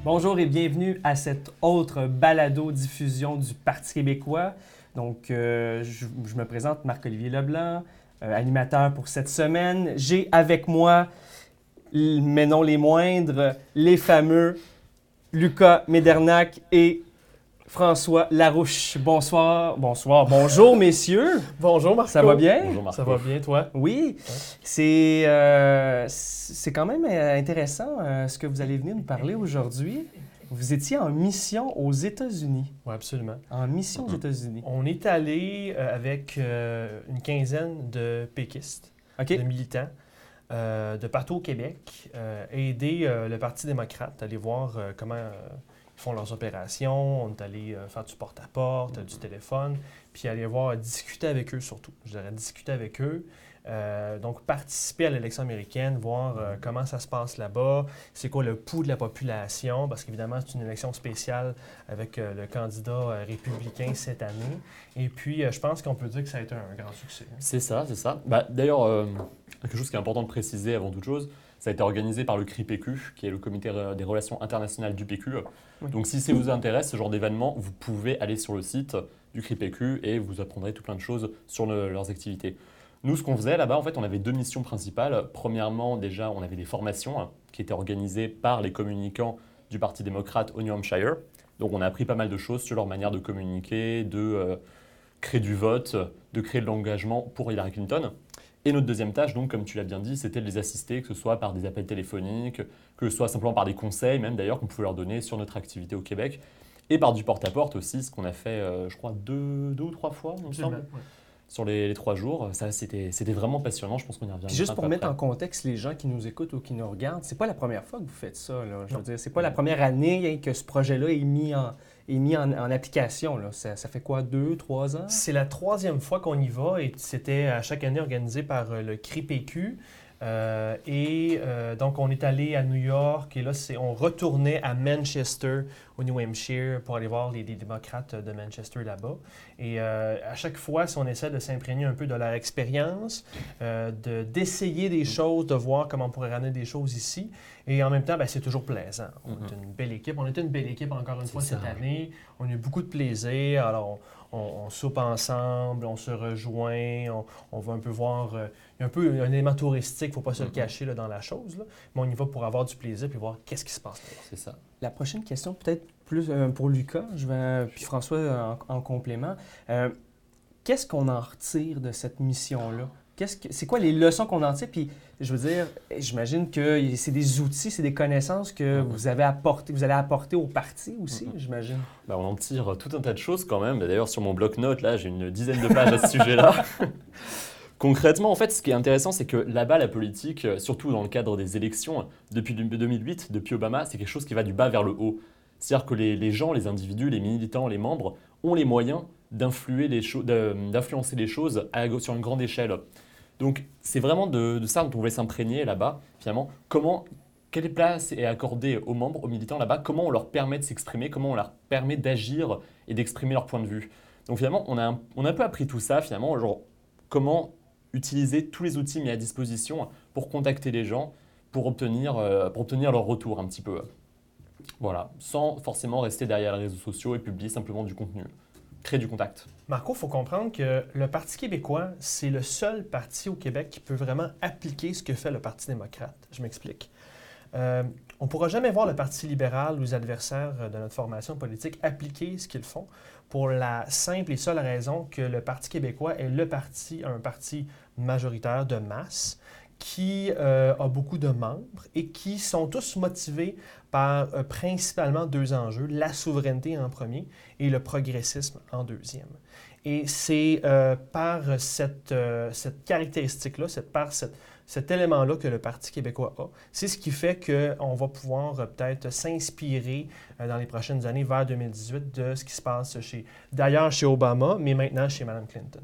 Bonjour et bienvenue à cette autre balado-diffusion du Parti québécois. Donc, je me présente, Marc-Olivier Leblanc, animateur pour cette semaine. J'ai avec moi, mais non les moindres, les fameux Lucas Médernac et François Larouche. Bonsoir, bonjour messieurs. Bonjour Marco. Ça va bien? Bonjour Marco. Ça va bien toi? Oui, c'est quand même intéressant ce que vous allez venir nous parler aujourd'hui. Vous étiez en mission aux États-Unis. Oui, absolument. En mission aux États-Unis. On est allé avec une quinzaine de péquistes, OK. de militants de partout au Québec, aider le Parti démocrate, aller voir comment ils font leurs opérations. On est allé faire du porte-à-porte, du téléphone, puis aller voir, discuter avec eux surtout. Je dirais discuter avec eux. Donc, participer à l'élection américaine, voir comment ça se passe là-bas, c'est quoi le pouls de la population, parce qu'évidemment, c'est une élection spéciale avec le candidat républicain cette année. Et puis, je pense qu'on peut dire que ça a été un grand succès. C'est ça, c'est ça. D'ailleurs, quelque chose qui est important de préciser avant toute chose, ça a été organisé par le CRI-PQ, qui est le comité des relations internationales du PQ. Oui. Donc, si ça vous intéresse, ce genre d'événement, vous pouvez aller sur le site du CRI-PQ et vous apprendrez tout plein de choses sur leurs activités. Nous, ce qu'on faisait là-bas, en fait, on avait deux missions principales. Premièrement, déjà, on avait des formations qui étaient organisées par les communicants du Parti démocrate au New Hampshire. Donc, on a appris pas mal de choses sur leur manière de communiquer, de créer du vote, de créer de l'engagement pour Hillary Clinton. Et notre deuxième tâche, donc, comme tu l'as bien dit, c'était de les assister, que ce soit par des appels téléphoniques, que ce soit simplement par des conseils, même d'ailleurs, qu'on pouvait leur donner sur notre activité au Québec, et par du porte-à-porte aussi, ce qu'on a fait, je crois, deux ou trois fois, il me semble. Ouais. Sur les 3 jours. Ça, c'était vraiment passionnant. Je pense qu'on y reviendra. Juste pour mettre après. en contexte les gens qui nous écoutent ou qui nous regardent, c'est pas la première fois que vous faites ça. Là. Je veux dire, c'est pas la première année que ce projet-là est mis en application. Là. Ça fait quoi, 2, 3 ans? C'est la troisième fois qu'on y va et c'était à chaque année organisé par le CRI-PQ. Donc, on est allé à New York et là, on retournait à Manchester, au New Hampshire, pour aller voir les démocrates de Manchester là-bas. Et à chaque fois, on essaie de s'imprégner un peu de leur expérience, d'essayer des choses, de voir comment on pourrait ramener des choses ici. Et en même temps, c'est toujours plaisant. On est une belle équipe. On était une belle équipe encore une fois cette année. On a eu beaucoup de plaisir. Alors, on soupe ensemble, on se rejoint, on va un peu voir. Il y a un peu un élément touristique, il ne faut pas se le cacher là, dans la chose. Là. Mais on y va pour avoir du plaisir puis voir qu'est-ce qui se passe là. C'est ça. La prochaine question, peut-être plus pour Lucas, puis François en complément. Qu'est-ce qu'on en retire de cette mission-là? C'est quoi les leçons qu'on en tire? Puis, je veux dire, j'imagine que c'est des outils, c'est des connaissances que vous allez apporter au parti aussi, j'imagine. On en tire tout un tas de choses quand même. D'ailleurs, sur mon bloc-notes, là, j'ai une dizaine de pages à ce sujet-là. Concrètement, en fait, ce qui est intéressant, c'est que là-bas, la politique, surtout dans le cadre des élections, depuis 2008, depuis Obama, c'est quelque chose qui va du bas vers le haut. C'est-à-dire que les gens, les individus, les militants, les membres ont les moyens d'influencer les choses sur une grande échelle. Donc, c'est vraiment de ça dont on voulait s'imprégner là-bas, finalement. Quelle place est accordée aux membres, aux militants là-bas? Comment on leur permet de s'exprimer? Comment on leur permet d'agir et d'exprimer leur point de vue? Donc, finalement, on a un peu appris tout ça, finalement, genre comment utiliser tous les outils mis à disposition pour contacter les gens, pour obtenir leur retour un petit peu. Voilà, sans forcément rester derrière les réseaux sociaux et publier simplement du contenu. Créer du contact. Marco, il faut comprendre que le Parti québécois, c'est le seul parti au Québec qui peut vraiment appliquer ce que fait le Parti démocrate. Je m'explique. On ne pourra jamais voir le Parti libéral ou les adversaires de notre formation politique appliquer ce qu'ils font pour la simple et seule raison que le Parti québécois est un parti majoritaire de masse qui a beaucoup de membres et qui sont tous motivés par principalement deux enjeux, la souveraineté en premier et le progressisme en deuxième. Et c'est par cette caractéristique-là, cet élément-là que le Parti québécois a. C'est ce qui fait qu'on va pouvoir peut-être s'inspirer dans les prochaines années, vers 2018, de ce qui se passe d'ailleurs chez Obama, mais maintenant chez Mme Clinton.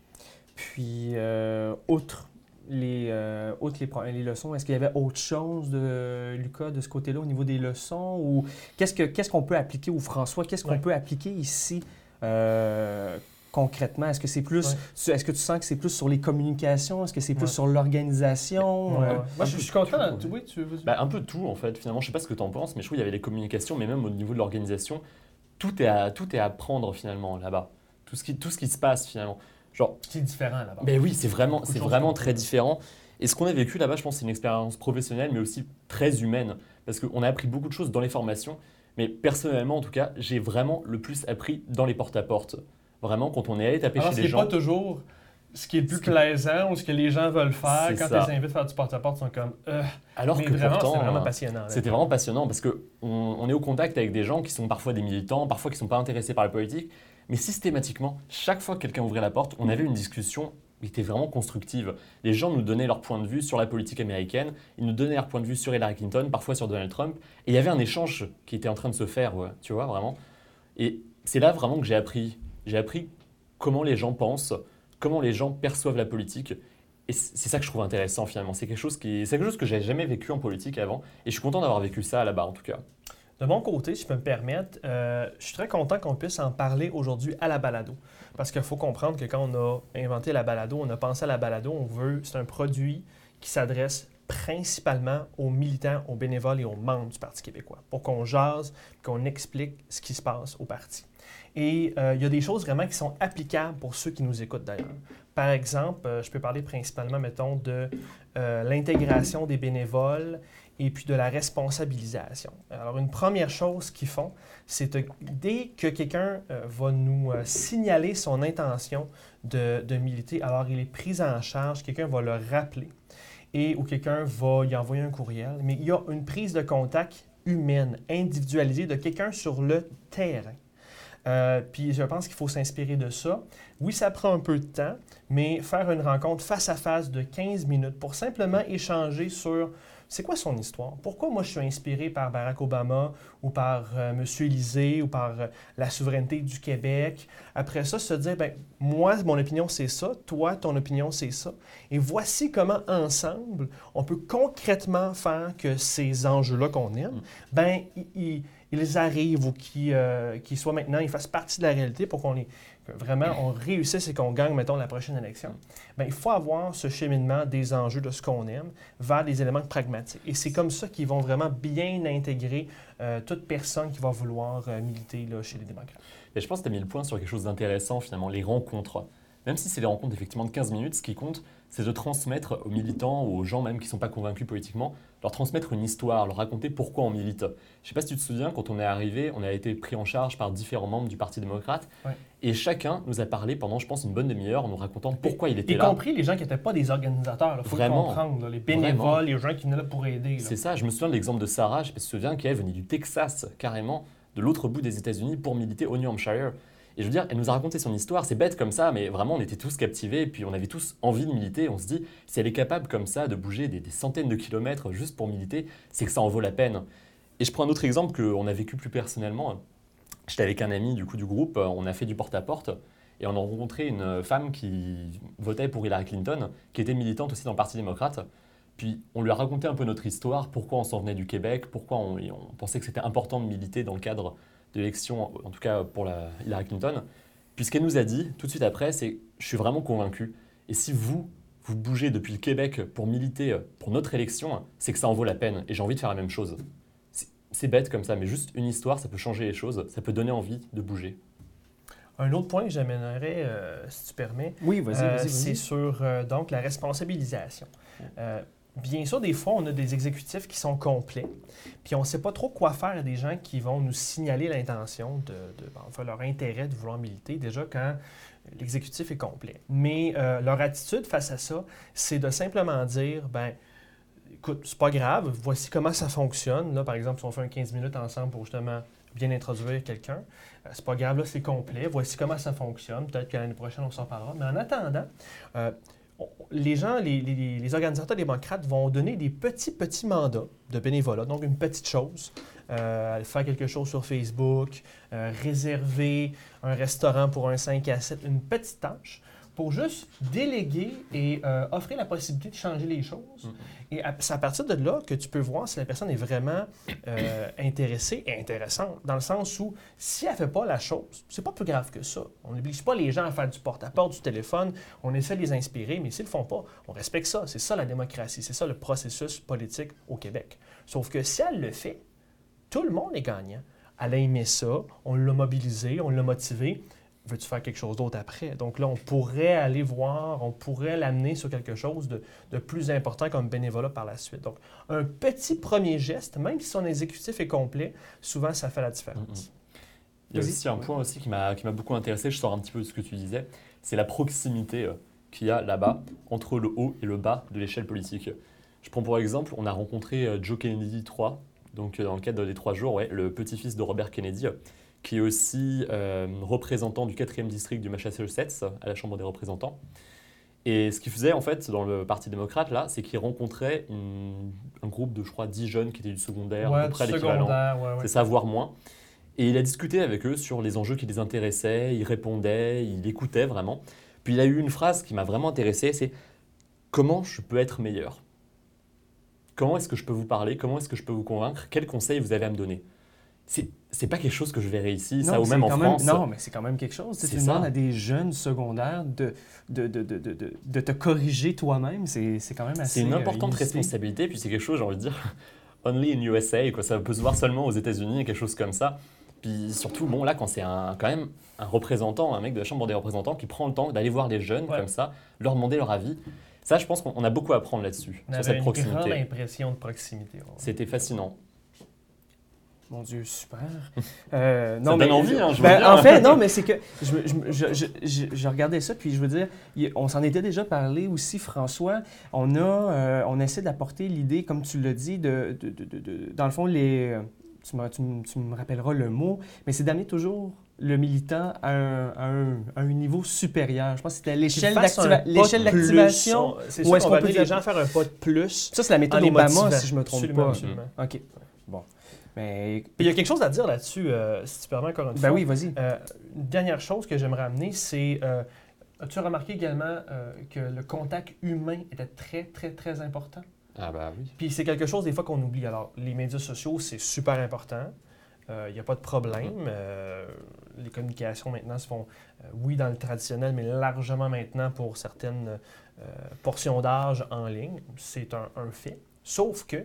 Puis, outre les leçons, est-ce qu'il y avait autre chose, Lucas, de ce côté-là, au niveau des leçons? Ou qu'est-ce qu'on peut appliquer, ou François, qu'est-ce qu'on peut appliquer ici concrètement? Est-ce que c'est plus, est-ce que tu sens que c'est plus sur les communications? Est-ce que c'est plus sur l'organisation? Moi, je suis content. Oui, tu veux dire? Un peu de tout, en fait. Finalement, je sais pas ce que tu en penses, mais je trouve qu'il y avait les communications, mais même au niveau de l'organisation, tout est à prendre, finalement, là-bas. Tout ce qui se passe, finalement. Genre, c'est différent, là-bas. Mais oui, c'est vraiment très différent. Et ce qu'on a vécu là-bas, je pense, c'est une expérience professionnelle, mais aussi très humaine. Parce qu'on a appris beaucoup de choses dans les formations. Mais personnellement, en tout cas, j'ai vraiment le plus appris dans les porte-à-porte. Vraiment, quand on est allé taper chez les gens. Ce n'est pas toujours ce qui est le plus plaisant ou ce que les gens veulent faire. Quand tu les invites à faire du porte-à-porte, ils sont comme Alors mais que vraiment, pourtant, c'était vraiment passionnant. C'était vraiment passionnant parce qu'on est au contact avec des gens qui sont parfois des militants, parfois qui ne sont pas intéressés par la politique. Mais systématiquement, chaque fois que quelqu'un ouvrait la porte, on avait une discussion qui était vraiment constructive. Les gens nous donnaient leur point de vue sur la politique américaine, ils nous donnaient leur point de vue sur Hillary Clinton, parfois sur Donald Trump. Et il y avait un échange qui était en train de se faire, tu vois, vraiment. Et c'est là vraiment que j'ai appris. J'ai appris comment les gens pensent, comment les gens perçoivent la politique. Et c'est ça que je trouve intéressant finalement. C'est quelque chose que je n'avais jamais vécu en politique avant. Et je suis content d'avoir vécu ça là-bas en tout cas. De mon côté, si je peux me permettre, je suis très content qu'on puisse en parler aujourd'hui à la balado. Parce qu'il faut comprendre que quand on a inventé la balado, on a pensé à la balado, c'est un produit qui s'adresse principalement aux militants, aux bénévoles et aux membres du Parti québécois pour qu'on jase, qu'on explique ce qui se passe au parti. Et il y a des choses vraiment qui sont applicables pour ceux qui nous écoutent d'ailleurs. Par exemple, je peux parler principalement, mettons, de l'intégration des bénévoles et puis de la responsabilisation. Alors, une première chose qu'ils font, c'est dès que quelqu'un va nous signaler son intention de militer, alors il est pris en charge, quelqu'un va le rappeler ou quelqu'un va y envoyer un courriel, mais il y a une prise de contact humaine, individualisée de quelqu'un sur le terrain. Puis je pense qu'il faut s'inspirer de ça. Oui, ça prend un peu de temps, mais faire une rencontre face à face de 15 minutes pour simplement échanger sur c'est quoi son histoire? Pourquoi moi je suis inspiré par Barack Obama ou par M. Élysée ou par la souveraineté du Québec? Après ça, se dire, ben moi, mon opinion c'est ça, toi, ton opinion c'est ça. Et voici comment ensemble, on peut concrètement faire que ces enjeux-là qu'on aime, ben ils arrivent ou qu'ils soient maintenant, ils fassent partie de la réalité pour que vraiment on réussisse et qu'on gagne, mettons, la prochaine élection. Bien, il faut avoir ce cheminement des enjeux de ce qu'on aime vers des éléments pragmatiques. Et c'est comme ça qu'ils vont vraiment bien intégrer toute personne qui va vouloir militer là, chez les démocrates. Et je pense que tu as mis le point sur quelque chose d'intéressant, finalement, les rencontres. Même si c'est des rencontres effectivement de 15 minutes, ce qui compte, c'est de transmettre aux militants ou aux gens même qui ne sont pas convaincus politiquement, leur transmettre une histoire, leur raconter pourquoi on milite. Je ne sais pas si tu te souviens, quand on est arrivé, on a été pris en charge par différents membres du Parti démocrate. Ouais. Et chacun nous a parlé pendant, je pense, une bonne demi-heure en nous racontant pourquoi il était là. Y compris les gens qui n'étaient pas des organisateurs. Il faut le comprendre. Là, les bénévoles, les gens qui venaient là pour aider. C'est ça. Je me souviens de l'exemple de Sarah. Je ne sais pas si tu te souviens qu'elle venait du Texas, carrément, de l'autre bout des États-Unis pour militer au New Hampshire. Et je veux dire, elle nous a raconté son histoire, c'est bête comme ça, mais vraiment on était tous captivés, et puis on avait tous envie de militer. On se dit, si elle est capable comme ça de bouger des centaines de kilomètres juste pour militer, c'est que ça en vaut la peine. Et je prends un autre exemple qu'on a vécu plus personnellement. J'étais avec un ami du groupe, on a fait du porte-à-porte, et on a rencontré une femme qui votait pour Hillary Clinton, qui était militante aussi dans le Parti démocrate. Puis on lui a raconté un peu notre histoire, pourquoi on s'en venait du Québec, pourquoi on pensait que c'était important de militer dans le cadre de l'élection, en tout cas pour Hillary Clinton. Puis ce qu'elle nous a dit tout de suite après, c'est « je suis vraiment convaincu, et si vous bougez depuis le Québec pour militer pour notre élection, c'est que ça en vaut la peine, et j'ai envie de faire la même chose. » C'est bête comme ça, mais juste une histoire, ça peut changer les choses, ça peut donner envie de bouger. Un autre point que j'amènerais, si tu permets, c'est sur donc, la responsabilisation. Bien sûr, des fois, on a des exécutifs qui sont complets, puis on ne sait pas trop quoi faire à des gens qui vont nous signaler l'intention enfin, leur intérêt de vouloir militer, déjà quand l'exécutif est complet. Mais leur attitude face à ça, c'est de simplement dire, ben écoute, c'est pas grave, voici comment ça fonctionne. Là, par exemple, si on fait un 15 minutes ensemble pour justement bien introduire quelqu'un, c'est pas grave, là, c'est complet, voici comment ça fonctionne. Peut-être que l'année prochaine, on s'en parlera. Mais en attendant, les gens, les organisateurs démocrates vont donner des petits mandats de bénévolat, donc une petite chose, faire quelque chose sur Facebook, réserver un restaurant pour un 5 à 7, une petite tâche pour juste déléguer et offrir la possibilité de changer les choses. Et c'est à partir de là que tu peux voir si la personne est vraiment intéressée et intéressante, dans le sens où si elle ne fait pas la chose, c'est pas plus grave que ça. On n'oblige pas les gens à faire du porte-à-porte, du téléphone, on essaie de les inspirer, mais s'ils ne le font pas, on respecte ça. C'est ça la démocratie, c'est ça le processus politique au Québec. Sauf que si elle le fait, tout le monde est gagnant. Elle a aimé ça, on l'a mobilisé, on l'a motivé. Veux-tu faire quelque chose d'autre après? Donc là, on pourrait aller voir, on pourrait l'amener sur quelque chose de plus important comme bénévolat par la suite. Donc, un petit premier geste, même si son exécutif est complet, souvent, ça fait la différence. Il y a aussi un point aussi qui m'a beaucoup intéressé, je sors un petit peu de ce que tu disais, c'est la proximité qu'il y a là-bas entre le haut et le bas de l'échelle politique. Je prends pour exemple, on a rencontré Joe Kennedy III, donc dans le cadre des 3 jours, le petit-fils de Robert Kennedy, qui est aussi représentant du 4e district du Massachusetts à la Chambre des représentants. Et ce qu'il faisait en fait dans le Parti démocrate, là, c'est qu'il rencontrait un groupe de, je crois, 10 jeunes qui étaient du secondaire, à peu près l'équivalent. C'est ça, voire moins. Et il a discuté avec eux sur les enjeux qui les intéressaient, il répondait, il écoutait vraiment. Puis il a eu une phrase qui m'a vraiment intéressé, c'est « Comment je peux être meilleur ? Comment est-ce que je peux vous parler ? Comment est-ce que je peux vous convaincre ? Quels conseils vous avez à me donner ?» C'est pas quelque chose que je verrai ici, non, ça ou même en France. Non, mais c'est quand même quelque chose. Tu demandes à des jeunes secondaires de te corriger toi-même, c'est quand même assez... C'est une importante responsabilité, puis c'est quelque chose, j'ai envie de dire, only in USA, quoi. Ça peut se voir seulement aux États-Unis, quelque chose comme ça. Puis surtout, bon, là, quand c'est quand même un représentant, un mec de la Chambre des représentants qui prend le temps d'aller voir les jeunes comme ça, leur demander leur avis. Ça, je pense qu'on a beaucoup à apprendre là-dessus, sur cette proximité. On avait une grande impression de proximité. C'était fascinant. Mon Dieu, super. Ça donne envie, hein, je veux dire. En fait, non, mais c'est que je regardais ça, puis je veux dire, on s'en était déjà parlé aussi, François. On essaie d'apporter l'idée, comme tu l'as dit, dans le fond, tu me rappelleras le mot, mais c'est d'amener toujours le militant à un niveau supérieur. Je pense que c'était l'échelle d'activation. C'est sûr qu'on va amener les gens à faire un pas de plus. Ça, c'est la méthode Obama, si je ne me trompe pas. Absolument. OK. Bon. Mais il y a quelque chose à dire là-dessus, si tu permets encore une fois. Ben oui, vas-y. Une dernière chose que j'aimerais amener, c'est... as-tu remarqué également que le contact humain était très, très, très important? Ah bah oui. Puis c'est quelque chose des fois qu'on oublie. Alors, les médias sociaux, c'est super important. Il n'y a pas de problème. Les communications maintenant se font, oui, dans le traditionnel, mais largement maintenant pour certaines portions d'âge en ligne. C'est un fait. Sauf que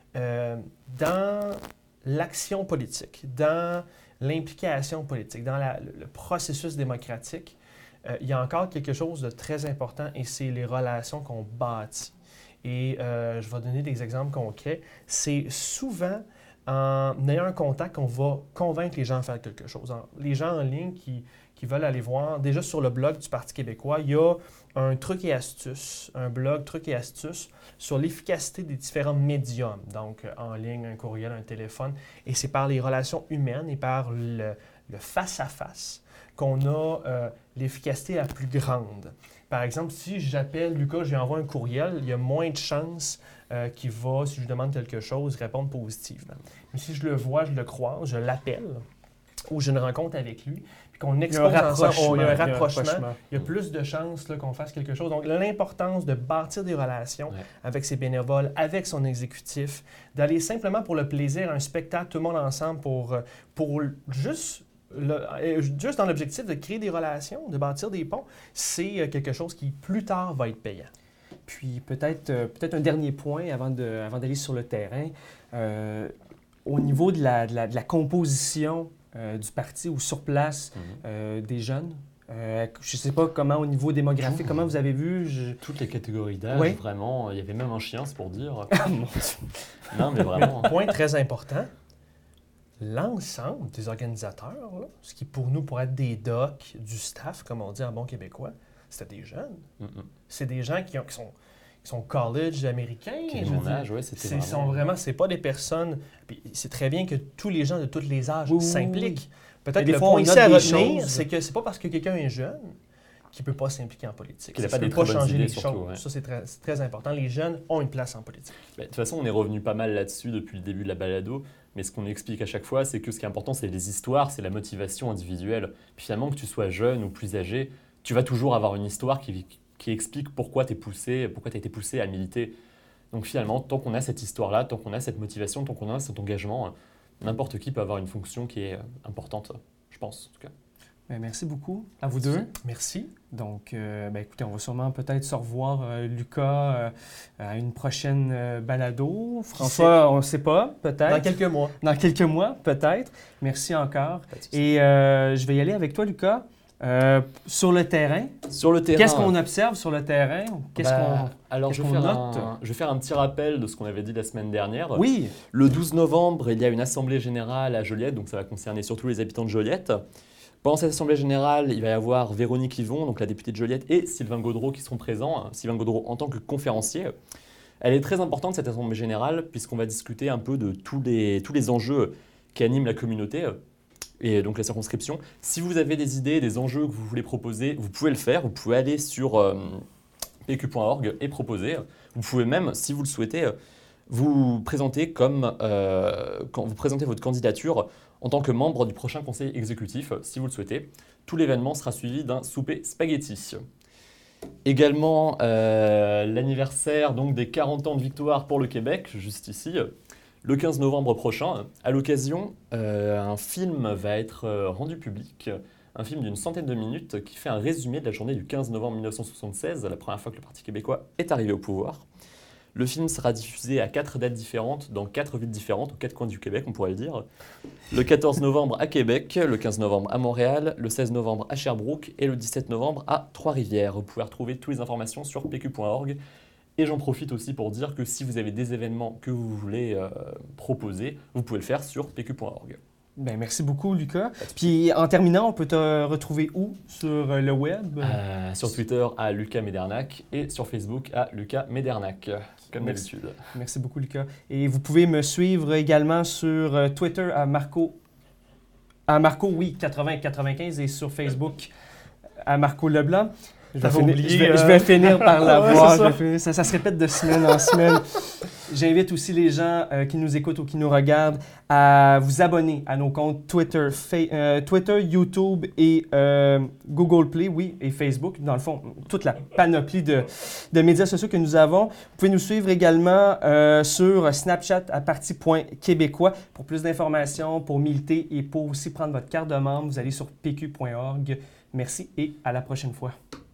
dans l'action politique, dans l'implication politique, dans le processus démocratique, il y a encore quelque chose de très important et c'est les relations qu'on bâtit. Et je vais donner des exemples concrets. C'est souvent en ayant un contact qu'on va convaincre les gens à faire quelque chose. Les gens en ligne qui veulent aller voir, déjà sur le blog du Parti québécois, il y a un truc et astuces, un blog truc et astuces sur l'efficacité des différents médiums, donc en ligne, un courriel, un téléphone. Et c'est par les relations humaines et par le face-à-face qu'on a l'efficacité la plus grande. Par exemple, si j'appelle Lucas, je lui envoie un courriel, il y a moins de chances qu'il va, si je lui demande quelque chose, répondre positivement. Mais si je le vois, je le croise, je l'appelle ou j'ai une rencontre avec lui, puis qu'on expose ensemble, il y a un rapprochement, il y a plus de chances là, qu'on fasse quelque chose. Donc, l'importance de bâtir des relations avec ses bénévoles, avec son exécutif, d'aller simplement pour le plaisir, un spectacle, tout le monde ensemble pour juste dans l'objectif de créer des relations, de bâtir des ponts, c'est quelque chose qui, plus tard, va être payant. Puis peut-être un dernier point avant d'aller sur le terrain. Au niveau de la composition du parti ou sur place des jeunes, je ne sais pas comment au niveau démographique, comment vous avez vu? Toutes les catégories d'âge, vraiment. Il y avait même un chien, c'est pour dire. Non, mais vraiment. Point très important. L'ensemble des organisateurs, là, ce qui pour nous pourrait être des docs, du staff, comme on dit en bon québécois, c'était des jeunes. C'est des gens qui sont college américains. Qui ont mon âge, oui, c'était vraiment... C'est pas des personnes... Puis c'est très bien que tous les gens de tous les âges s'impliquent. Peut-être que le point ici à retenir, c'est que c'est pas parce que quelqu'un est jeune qui ne peut pas s'impliquer en politique. Qu'il n'a pas des très bonnes idées, surtout. Ouais. Ça, c'est très important. Les jeunes ont une place en politique. De toute façon, on est revenu pas mal là-dessus depuis le début de la balado, mais ce qu'on explique à chaque fois, c'est que ce qui est important, c'est les histoires, c'est la motivation individuelle. Puis finalement, que tu sois jeune ou plus âgé, tu vas toujours avoir une histoire qui explique pourquoi tu as été poussé à militer. Donc finalement, tant qu'on a cette histoire-là, tant qu'on a cette motivation, tant qu'on a cet engagement, n'importe qui peut avoir une fonction qui est importante, je pense en tout cas. Ben, merci beaucoup à vous deux. Merci. Donc, écoutez, on va sûrement peut-être se revoir, Lucas, à une prochaine balado. François, on ne sait pas, peut-être. Dans quelques mois. Dans quelques mois, peut-être. Merci encore. Et je vais y aller avec toi, Lucas. Sur le terrain, qu'est-ce qu'on observe sur le terrain? Alors, je vais faire un petit rappel de ce qu'on avait dit la semaine dernière. Oui. Le 12 novembre, il y a une assemblée générale à Joliette, donc ça va concerner surtout les habitants de Joliette. Pendant cette assemblée générale, il va y avoir Véronique Yvon, donc la députée de Joliette, et Sylvain Gaudreau qui seront présents. Sylvain Gaudreau en tant que conférencier. Elle est très importante, cette assemblée générale, puisqu'on va discuter un peu de tous les enjeux qui animent la communauté et donc la circonscription. Si vous avez des idées, des enjeux que vous voulez proposer, vous pouvez le faire. Vous pouvez aller sur pq.org et proposer. Vous pouvez même, si vous le souhaitez, vous présenter quand vous présentez votre candidature en tant que membre du prochain conseil exécutif, si vous le souhaitez. Tout l'événement sera suivi d'un souper spaghetti. Également, l'anniversaire donc, des 40 ans de victoire pour le Québec, juste ici, le 15 novembre prochain. À l'occasion, un film va être rendu public, un film d'une centaine de minutes qui fait un résumé de la journée du 15 novembre 1976, la première fois que le Parti québécois est arrivé au pouvoir. Le film sera diffusé à 4 dates différentes, dans 4 villes différentes, aux 4 coins du Québec, on pourrait le dire. Le 14 novembre à Québec, le 15 novembre à Montréal, le 16 novembre à Sherbrooke et le 17 novembre à Trois-Rivières. Vous pouvez retrouver toutes les informations sur pq.org. Et j'en profite aussi pour dire que si vous avez des événements que vous voulez proposer, vous pouvez le faire sur pq.org. Ben, merci beaucoup, Lucas. Puis en terminant, on peut te retrouver où sur le web? Sur Twitter à Lucas Médernac et sur Facebook à Lucas Médernac, comme d'habitude. Merci beaucoup, Lucas. Et vous pouvez me suivre également sur Twitter à Marco, oui, 8095 et sur Facebook à Marco Leblanc. Je vais finir par l'avoir. Ça se répète de semaine en semaine. J'invite aussi les gens qui nous écoutent ou qui nous regardent à vous abonner à nos comptes Twitter, YouTube et Google Play, oui, et Facebook. Dans le fond, toute la panoplie de médias sociaux que nous avons. Vous pouvez nous suivre également sur Snapchat à parti.québécois pour plus d'informations, pour militer et pour aussi prendre votre carte de membre. Vous allez sur pq.org. Merci et à la prochaine fois.